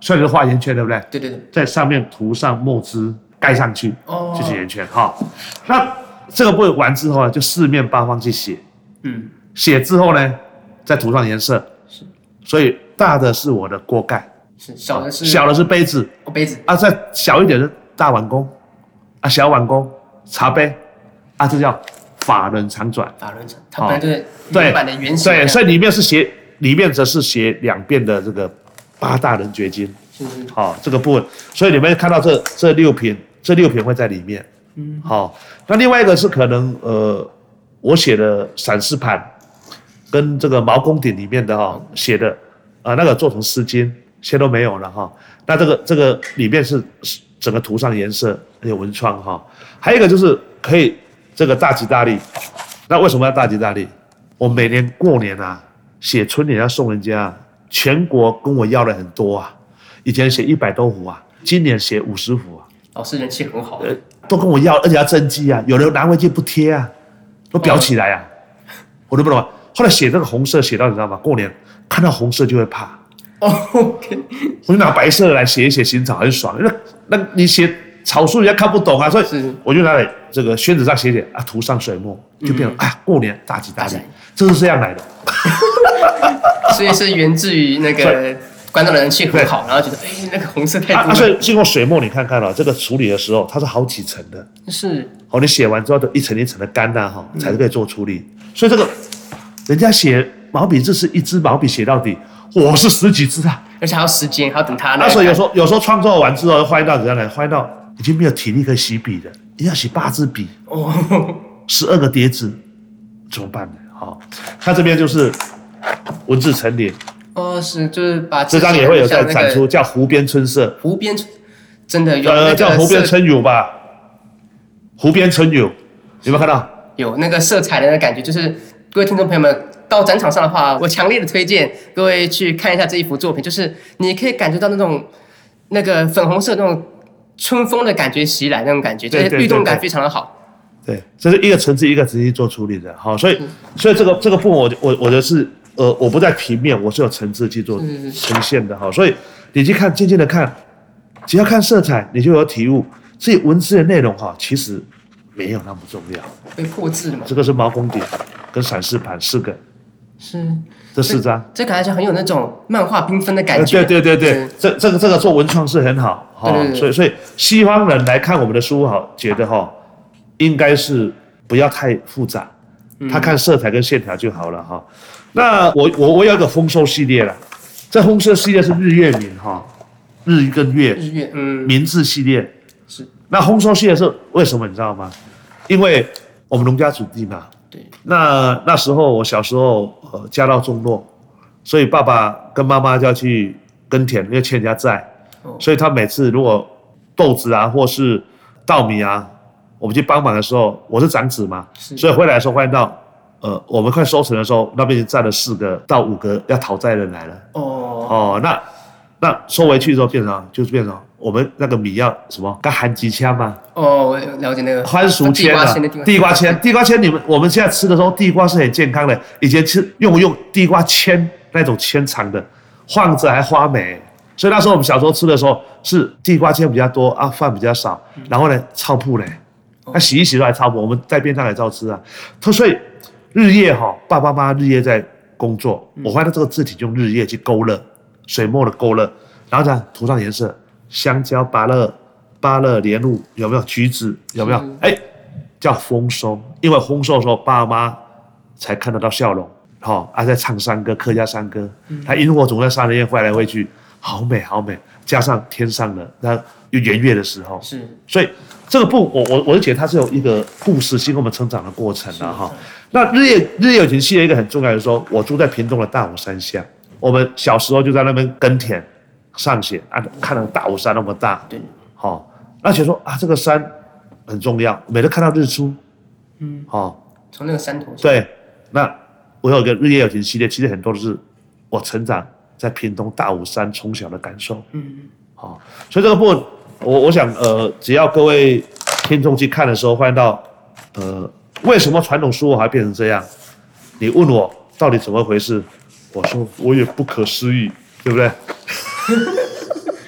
B: 所以是画圆圈，对不对？
A: 对对对，
B: 在上面涂上墨汁盖上去，
A: 哦，
B: 就是圆圈哈。那这个部分完之后呢，就四面八方去写，嗯，写之后呢，再涂上颜色，是，所以大的是我的锅盖，
A: 是小的是
B: 小的是杯子，
A: 哦杯子
B: 啊，再小一点是大碗公，啊小碗公茶杯，啊这叫法轮常转，
A: 法轮常，它本来就是原版的原型，
B: 对，所以里面是写，里面则是写两遍的这个八大人觉经，好、哦、这个部分，所以你们看到这这六品，这六品会在里面，嗯，好、哦，那另外一个是可能呃，我写的散氏盘跟这个毛公鼎里面的哈、哦、写的啊、呃、那个做成丝巾，现在都没有了哈、哦，那这个这个里面是整个涂上颜色，有文创哈、哦，还有一个就是可以这个大吉大利，那为什么要大吉大利？我每年过年啊，写春联要送人家，全国跟我要的很多啊。以前写一百多幅啊，今年写五十幅啊。
A: 老师人气很好，
B: 呃，都跟我要，而且要真迹啊，有的拿回去不贴啊，都裱起来啊，哦、我都不懂啊。后来写这个红色，写到你知道吗？过年看到红色就会怕。
A: 哦 ，OK，
B: 我就拿白色的来写一写行草，很爽。那那你写草书人家看不懂啊，所以我就拿来这个宣纸上写写啊，涂上水墨，就变成、嗯、啊，过年大吉大利。这是这样来的，
A: 所以是源自于那个观众的人气很好，然后觉得哎、欸，那个红色太多了。
B: 啊，所以经过水墨，你看看了、哦、这个处理的时候，它是好几层的。
A: 是。
B: 哦，你写完之后，都一层一层的干呐，哈，才可以做处理。嗯、所以这个人家写毛笔字是一支毛笔写到底，我是十几支啊，
A: 而且还要时间，还要等它。
B: 那时候有时候有时候创作完之后，换到怎样来？换到已经没有体力可以洗笔了，一定要洗八支笔，哦，十二个碟子，怎么办呢？好，它这边就是文字陈列。哦，
A: 是，就是把
B: 这张也会有在展出，叫湖边春色。
A: 湖边春，真的有、那
B: 呃，叫湖边春友吧？湖边春友，有没有看到？
A: 有那个色彩的感觉，就是各位听众朋友们到展场上的话，我强烈的推荐各位去看一下这一幅作品，就是你可以感觉到那种那个粉红色那种春风的感觉袭来那种感觉，就是律动感非常的好。
B: 对，这是一个层次一个层次做处理的，好，所以所以这个这个部分我我我的是呃我不在平面，我是有层次去做呈现的，好，所以你去看渐渐的看，只要看色彩，你就有体悟，这些文字的内容哈，其实没有那么重要，
A: 被破字了嘛。
B: 这个是毛公鼎跟散氏盘四个，
A: 是
B: 这四张，
A: 这感觉很有那种漫画缤纷的感觉。
B: 呃、对对对对，这这个这个做文创是很好哈，所以所以西方人来看我们的书哈，觉得哈。应该是不要太复杂，他看色彩跟线条就好了哈。嗯、那我我我有一个丰收系列了，这丰收系列是日月明哈，日跟月，
A: 日月嗯，
B: 明字系列
A: 是。
B: 那丰收系列是为什么你知道吗？因为我们农家子弟嘛，
A: 对。
B: 那那时候我小时候呃家道中落，所以爸爸跟妈妈就要去耕田，因为欠人家债，哦、所以他每次如果豆子啊或是稻米啊。我们去帮忙的时候，我是长子嘛，所以回来的时候发现到，呃，我们快收成的时候，那边已经站了四个到五个要讨债的人来了。哦哦，那那收回去之后变成就是变成我们那个米要什么？跟含吉签吗？
A: 哦，我了解那个
B: 番薯签啊，地瓜签，地瓜签，你们我们现在吃的时候，地瓜是很健康的。以前吃用用地瓜签那种签长的，放着还花美。所以那时候我们小时候吃的时候是地瓜签比较多啊，饭比较少，然后呢，糙铺嘞。那洗一洗都还差不多，我们在边上也照吃啊。所以日夜哈、哦，爸爸妈妈日夜在工作，我发现这个字体用日夜去勾勒，水墨的勾勒，然后呢涂上颜色，香蕉、芭乐、芭乐、莲雾有没有？橘子有没有？哎、嗯，叫丰收，因为丰收的时候爸妈才看得到笑容，哈、哦，还、啊、在唱山歌，客家山歌，他萤火虫在山里面飞来飞去，好美好美，加上天上的那有圆月的时候，
A: 是，
B: 所以。这个部我我我是觉得它是有一个故事性，我们成长的过程的哈。那日夜日夜有情系列一个很重要的说，我住在屏东的大武山下，我们小时候就在那边耕田上学啊，看到大武山那么大，对，好、哦，而且说啊这个山很重要，每次看到日出，嗯，好、哦，
A: 从那个山头上，
B: 对，那我有一个日夜有情系列，其实很多都是我成长在屏东大武山从小的感受，嗯，好、哦，所以这个部分。我我想，呃，只要各位听众去看的时候，发现到，呃，为什么传统书画还变成这样？你问我到底怎么回事？我说我也不可思议，对不对？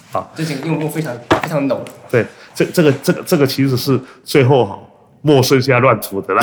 B: 好，
A: 这整个用墨非常非常浓。
B: 对，这这个这个这个其实是最后哈墨剩下乱涂的啦，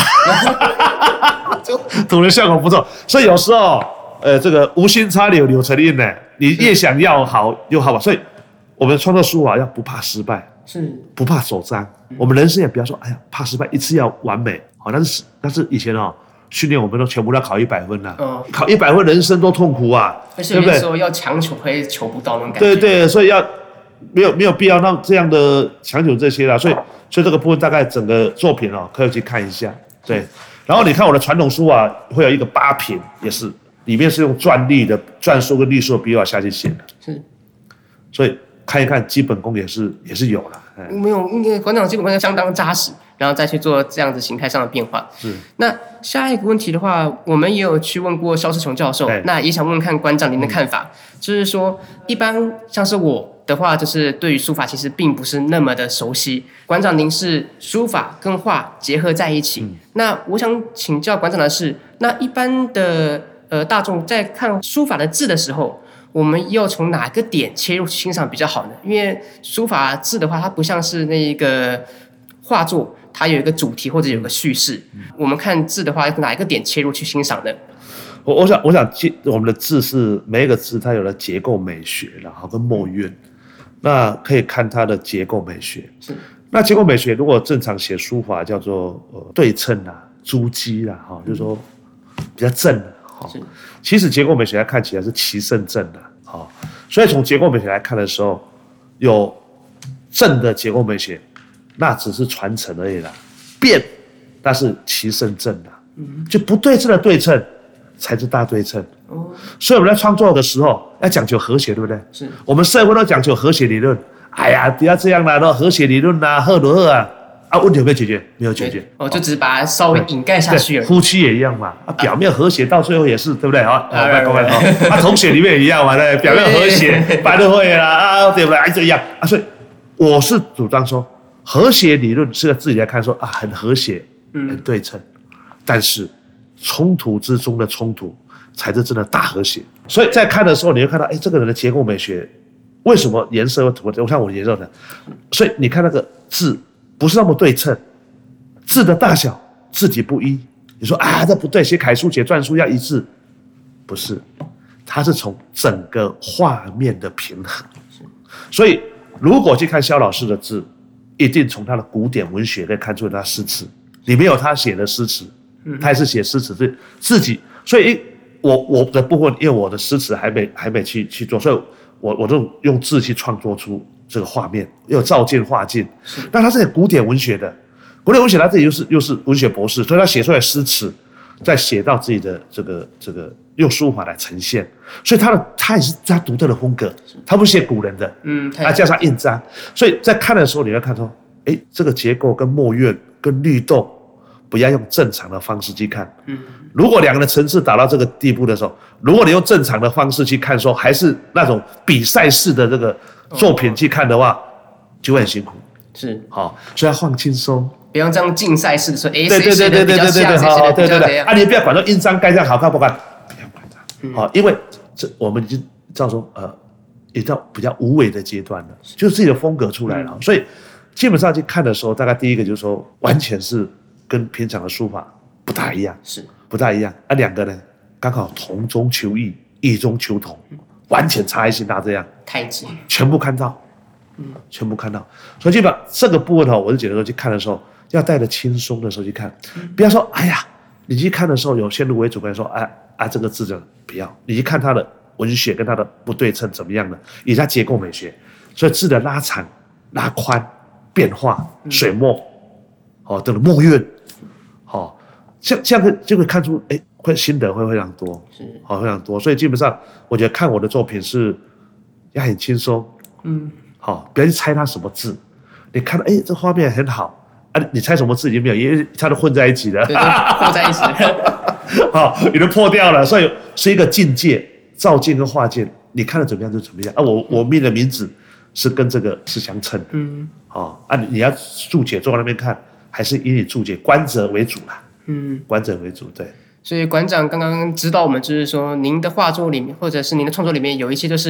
B: 涂的效果不错。所以有时候呃这个无心插柳柳成荫呢，你越想要好又好吧。所以我们创作书法要不怕失败，
A: 是
B: 不怕手脏。我们人生也不要说哎呀怕失败，一次要完美。好，但是但是以前哦。训练我们都全部要考一百分啦、啊嗯，考一百分人生多痛苦啊！
A: 而且有些时候要强求会求不到那种感觉。
B: 对对，所以要没有没有必要让这样的强求这些啦。所以所以这个部分大概整个作品哦，可以去看一下。对，然后你看我的传统书啊，会有一个八品，也是里面是用篆隶的篆书跟隶书的笔法下去写的。是，所以看一看基本功也是也是有了。
A: 没有，因为馆长基本功相当扎实。然后再去做这样子形态上的变化。是。那下一个问题的话，我们也有去问过萧世琼教授，那也想问问看馆长您的看法，嗯、就是说，一般像是我的话，就是对于书法其实并不是那么的熟悉。馆长您是书法跟画结合在一起，嗯、那我想请教馆长的是，那一般的呃大众在看书法的字的时候，我们要从哪个点切入欣赏比较好呢？因为书法字的话，它不像是那个画作。它有一个主题或者有一个叙事，嗯、我们看字的话，哪一个点切入去欣赏呢？
B: 我我想，我想，我们的字是每一个字它有了结构美学，然后跟墨韵，那可以看它的结构美学。是，那结构美学如果正常写书法叫做、呃、对称啊、珠玑啊，哈，就是说比较正的、啊。是，其实结构美学它看起来是奇胜正的、啊，好，所以从结构美学来看的时候，有正的结构美学。那只是传承而已啦，变，那是其胜正的，嗯，就不对称的对称才是大对称。哦，所以我们在创作的时候要讲究和谐，对不对？是，我们社会都讲究和谐理论。哎呀，不要这样啦，都和谐理论啦，赫鲁赫啊，啊，问题有没有解决？没有解决。
A: 哦，就只是把它稍微掩盖下去而已。
B: 夫妻也一样嘛，啊，表面和谐到最后也是，对不对？啊，啊，同学里面也一样嘛，对，表面和谐，白都会啦，啊，对不对？还是一样啊，所以我是主张说。和谐理论是自己来看说啊，很和谐，很对称，嗯、但是冲突之中的冲突才是真的大和谐。所以在看的时候，你会看到，哎，这个人的结构美学为什么颜色会涂？我看我颜色的，所以你看那个字不是那么对称，字的大小字体不一。你说啊，这不对，写楷书写篆书要一致，不是，它是从整个画面的平衡。所以如果去看萧老师的字。一定从他的古典文学可以看出他诗词，里面有他写的诗词，他也是写诗词，所以自己，所以我我的部分，因为我的诗词还没还没去去做，所以我我就用字去创作出这个画面，又照进画进。那他是古典文学的，古典文学他自己又是又是文学博士，所以他写出来诗词，再写到自己的这个这个用书法来呈现，所以他的他也是他独特的风格，他不是写古人的，嗯，他加上印章，所以在看的时候你会看说，哎，这个结构跟墨韵跟律动，不要用正常的方式去看，嗯，如果两个人层次达到这个地步的时候，如果你用正常的方式去看说，还是那种比赛式的这个作品去看的话，就会很辛苦，是，好，所以要放轻松。
A: 不用这样竞赛式的说，哎，谁写的比较像，谁写的比较怎样？
B: 啊，你不要管说印章盖上好看不看，不要管它。好，因为这我们已经叫做呃，也到比较无为的阶段了，就是自己的风格出来了。所以基本上去看的时候，大概第一个就是说，完全是跟平常的书法不大一样，是不大一样。啊，两个人刚好同中求异，异中求同，完全差异性大，这样
A: 太极
B: 全部看到，嗯，全部看到。所以基本上这个部分哈，我是觉得说去看的时候。要带着轻松的时候去看，不要说哎呀，你去看的时候有先入为主观说，哎啊这个字就不要，你去看它的文学跟它的不对称怎么样的，以它结构美学，所以字的拉长、拉宽、变化、水墨，哦等等墨韵，哦，这这样就会看出，哎，会心得会非常多，是，好非常多，所以基本上我觉得看我的作品是要很轻松，嗯，好，不要去猜它什么字，你看到哎这画面很好。啊、你猜什么字已经没有，因为它都混在一起了，
A: 对对，混在一起
B: 好，你都破掉了，所以是一个境界，照镜跟画镜，你看的怎么样就怎么样啊。我我命的名字是跟这个是相称的，嗯，好、哦、啊，你要注解坐在那边看，还是以你注解观者为主啦，嗯，观者为主，对。
A: 所以馆长刚刚指导我们，就是说您的画作里面，或者是您的创作里面，有一些就是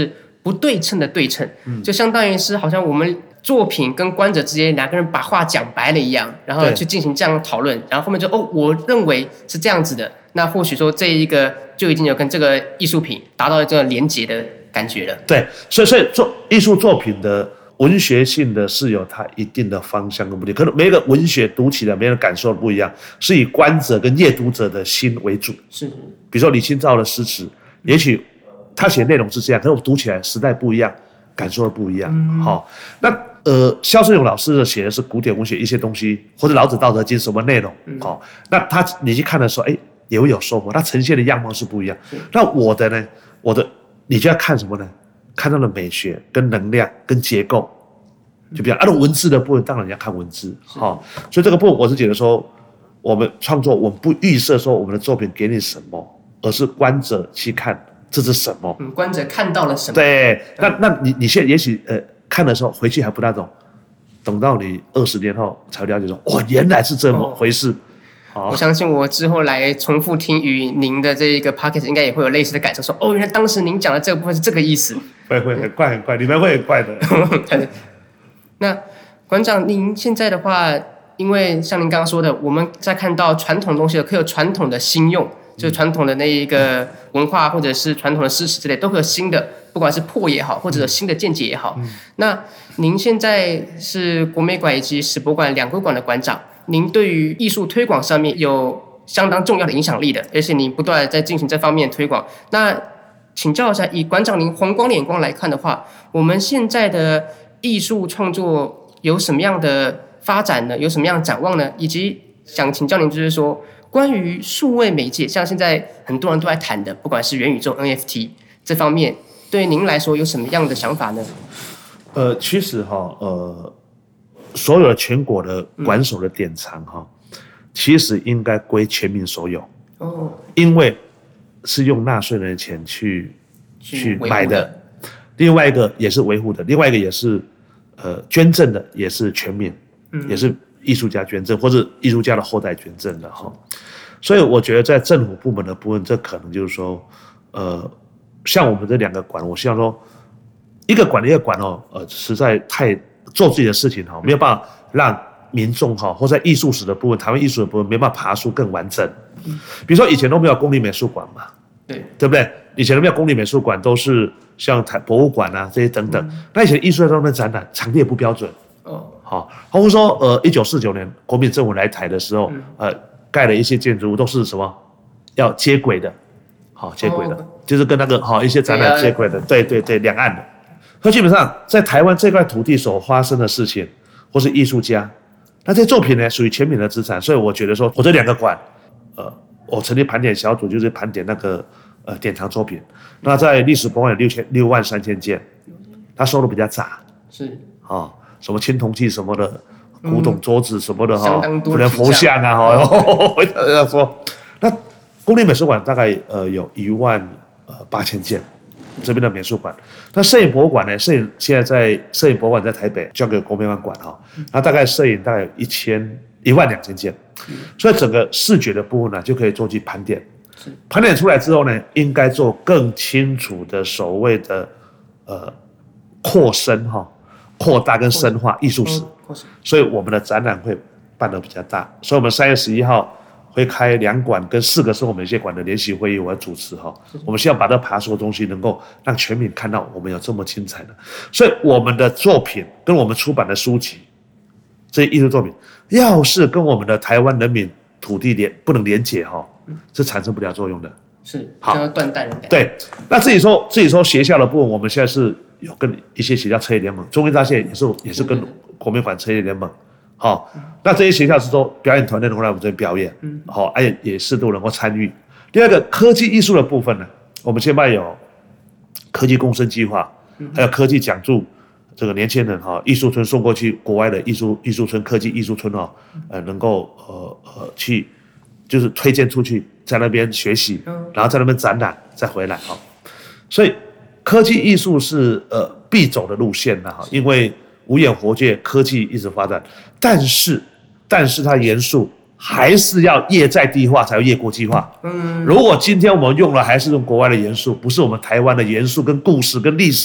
A: 不对称的对称，嗯、就相当于是好像我们作品跟观者之间两个人把话讲白了一样，然后去进行这样的讨论，然后后面就哦，我认为是这样子的，那或许说这一个就已经有跟这个艺术品达到这个连结的感觉了。
B: 对，所以所以做艺术作品的文学性的是有它一定的方向跟目的，可能每个文学读起来每个人感受不一样，是以观者跟阅读者的心为主。
A: 是，
B: 比如说李清照的诗词，嗯、也许他写的内容是这样，可是我读起来时代不一样，感受不一样。嗯、好，那呃，萧胜勇老师写的是古典文学一些东西，或者老子道德经什么内容，嗯、好，那他你去看的时候，哎，也会有收获，他呈现的样貌是不一样。那我的呢，我的你就要看什么呢？看到的美学、跟能量、跟结构，就比较按照文字的部分，当然要看文字，好，所以这个部分我是觉得说，我们创作我们不预设说我们的作品给你什么，而是观者去看这是什么，
A: 嗯，观者看到了什么？
B: 对，那那你你现在也许呃看的时候回去还不大懂，等到你二十年后才了解说，哦，原来是这么回事。
A: 我相信我之后来重复听与您的这一个 podcast 应该也会有类似的感受，说哦，原来当时您讲的这个部分是这个意思。
B: 会会很快很快，你们会很快的。
A: 那馆长，您现在的话，因为像您刚刚说的，我们在看到传统东西的，可以有传统的新用，就是传统的那一个文化或者是传统的诗词之类，都会有新的，不管是破也好，或者有新的见解也好。嗯、那您现在是国美馆以及史博馆两个馆的馆长。您对于艺术推广上面有相当重要的影响力的，而且你不断在进行这方面的推广。那请教一下，以馆长您宏观的眼光来看的话，我们现在的艺术创作有什么样的发展呢？有什么样的展望呢？以及想请教您，就是说关于数位媒介，像现在很多人都在谈的，不管是元宇宙 N F T 这方面，对于您来说有什么样的想法呢？
B: 呃，其实哈，呃。所有的全国的馆所的典藏哈，嗯、其实应该归全民所有哦，因为是用纳税人的钱去去买的。另外一个也是维护的，另外一个也是呃捐赠的，也是全民，嗯、也是艺术家捐赠或者艺术家的后代捐赠的哈。所以我觉得在政府部门的部分，这可能就是说，呃，像我们这两个馆，我希望说，一个馆一个馆哦，呃，实在太。做自己的事情哈，没有办法让民众哈，或在艺术史的部分、台湾艺术的部分没办法爬梳更完整。比如说以前都没有公立美术馆嘛，对对不对？以前都没有公立美术馆，都是像台博物馆啊这些等等。嗯、那以前艺术在上面展览，场地也不标准哦。好，或者说呃，一九四九年国民政府来台的时候，嗯、呃，盖了一些建筑物都是什么要接轨的，好接轨的，哦、就是跟那个好一些展览接轨的，对对对，两岸的。那基本上在台湾这块土地所发生的事情，或是艺术家，那这些作品呢属于全民的资产，所以我觉得说，我这两个馆，呃，我成立盘点小组，就是盘点那个呃典藏作品。那在历史博物馆有六千六万三千件，它收的比较杂，是啊、哦，什么青铜器什么的，古董桌子什么的哈，可能佛像啊哈，回头要说，那公立美术馆大概呃有一万呃八千件。这边的美术馆，那摄影博物馆呢？摄影现在在摄影博物馆在台北，交给国美馆管哈。那大概摄影大概有一千一万两千件，所以整个视觉的部分呢，就可以做去盘点。盘点出来之后呢，应该做更清楚的所谓的呃扩深哈、扩大跟深化艺术史。所以我们的展览会办得比较大，所以我们三月十一号。会开两馆跟四个生活媒介馆的联席会议，我要主持哈。我们希望把这爬梳的东西能够让全民看到我们有这么精彩的，所以我们的作品跟我们出版的书籍，这些艺术作品，要是跟我们的台湾人民土地连不能连结哈，是产生不了作用的。是，好，要断代人。对，那自己说自己说学校的部分，我们现在是有跟一些学校车业联盟，中医大学也是也是跟国美馆车业联盟。好，那这些学校是说表演团队能够来我们这边表演，嗯，好，而且也适度能够参与。第二个科技艺术的部分呢，我们现在有科技共生计划，还有科技讲座，这个年轻人哈，艺术村送过去国外的艺术艺术村、科技艺术村哦，呃，能够呃呃去就是推荐出去，在那边学习，然后在那边展览，再回来哈。所以科技艺术是呃必走的路线的哈，因为无眼活界科技一直发展，但是但是它元素还是要越在地化才会越国际化。嗯，如果今天我们用了还是用国外的元素，不是我们台湾的元素跟故事跟历史，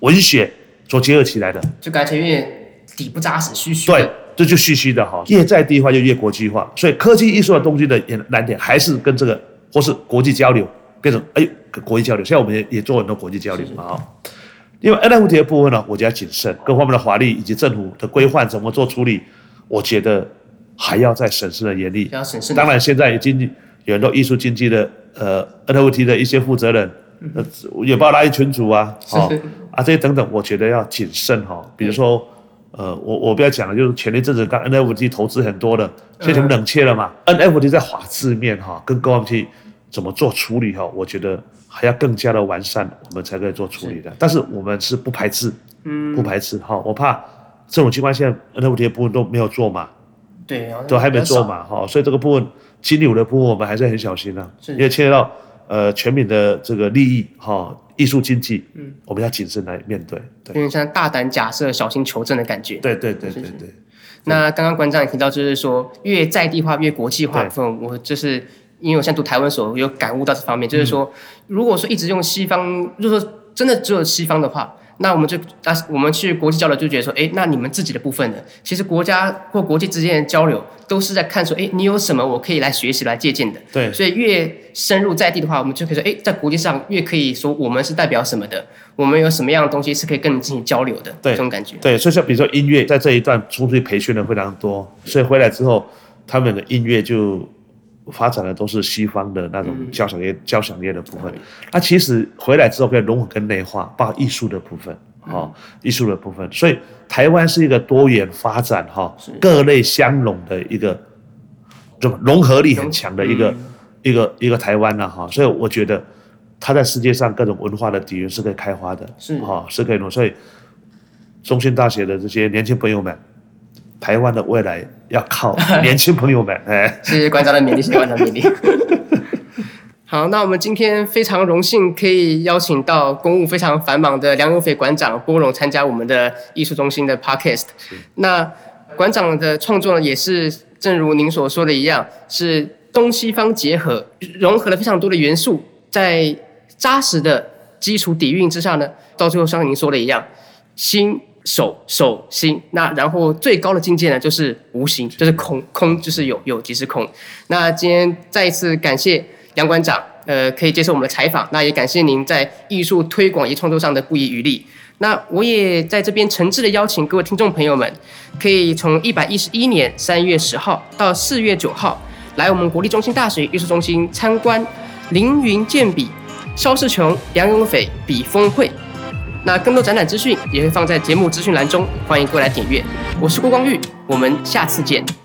B: 文学所结合起来的，
A: 就感觉越底不扎实，虚虚。
B: 对，这就虚虚的哈。越在地化就越国际化，所以科技艺术的东西的难点还是跟这个或是国际交流变成哎国际交流。现在我们 也, 也做很多国际交流嘛哈。因为 N F T 的部分呢，我觉得谨慎，各方面的法律以及政府的规范怎么做处理，我觉得还要再审慎的严厉。当然，现在已经有很多艺术经济的呃 N F T 的一些负责人，呃，也把拉进群组啊，哦啊这些等等，我觉得要谨慎哈。比如说，呃，我我不要讲了，就是前一阵子刚 N F T 投资很多的，现在全部冷却了嘛。嗯、N F T 在法制面哈，跟各方面怎么做处理哈，我觉得还要更加的完善，我们才可以做处理的。但是我们是不排斥，嗯，不排斥哈。我怕这种情况下 N F T 的部分都没有做嘛，
A: 对，
B: 都还没做嘛哈，所以这个部分金流的部分我们还是很小心啊，因为牵涉到呃全民的这个利益哈，艺术经济，嗯，我们要谨慎来面对，对，
A: 有点像大胆假设、小心求证的感觉。
B: 对对对对 对, 对。
A: 那刚刚馆长也提到，就是说越在地化越国际化的部分，我就是因为我现在读台湾所有感悟到这方面，就是说，如果说一直用西方，如果说真的只有西方的话，那我们就那我们去国际交流就觉得说，哎，那你们自己的部分呢？其实国家或国际之间的交流都是在看说，哎，你有什么我可以来学习、来借鉴的。
B: 对，
A: 所以越深入在地的话，我们就可以说，哎，在国际上越可以说我们是代表什么的，我们有什么样的东西是可以跟你进行交流的。对，这种感觉。
B: 对，所以像比如说音乐，在这一段出去培训的非常多，所以回来之后，他们的音乐就发展的都是西方的那种交响乐、嗯、交响乐的部分。那其实回来之后可以融合跟内化，包括艺术的部分。哦，艺术的部分，所以台湾是一个多元发展哈、哦，各类相融的一个，融合力很强的一个、嗯、一个一个台湾呐、啊、哈，所以我觉得它在世界上各种文化的底蕴是可以开花的，是哈、哦，是可以弄。所以中兴大学的这些年轻朋友们，台湾的未来要靠年轻朋友们，哎，
A: 谢谢馆长的勉励，谢谢馆长的勉励。好，那我们今天非常荣幸可以邀请到公务非常繁忙的梁永斐馆长拨冗参加我们的艺术中心的 podcast。那馆长的创作呢，也是正如您所说的一样，是东西方结合，融合了非常多的元素，在扎实的基础底蕴之下呢，到最后像您说的一样，心手手心，那然后最高的境界呢，就是无形，就是空，空就是有，有即是空。那今天再一次感谢梁馆长，呃，可以接受我们的采访，那也感谢您在艺术推广及创作上的不遗余力。那我也在这边诚挚的邀请各位听众朋友们，可以从一百一十一年三月十号到四月九号，来我们国立中兴大学艺术中心参观凌云健笔、萧世琼、梁永斐笔锋会。那更多展览资讯也会放在节目资讯栏中，欢迎各位来点阅。我是郭光裕，我们下次见。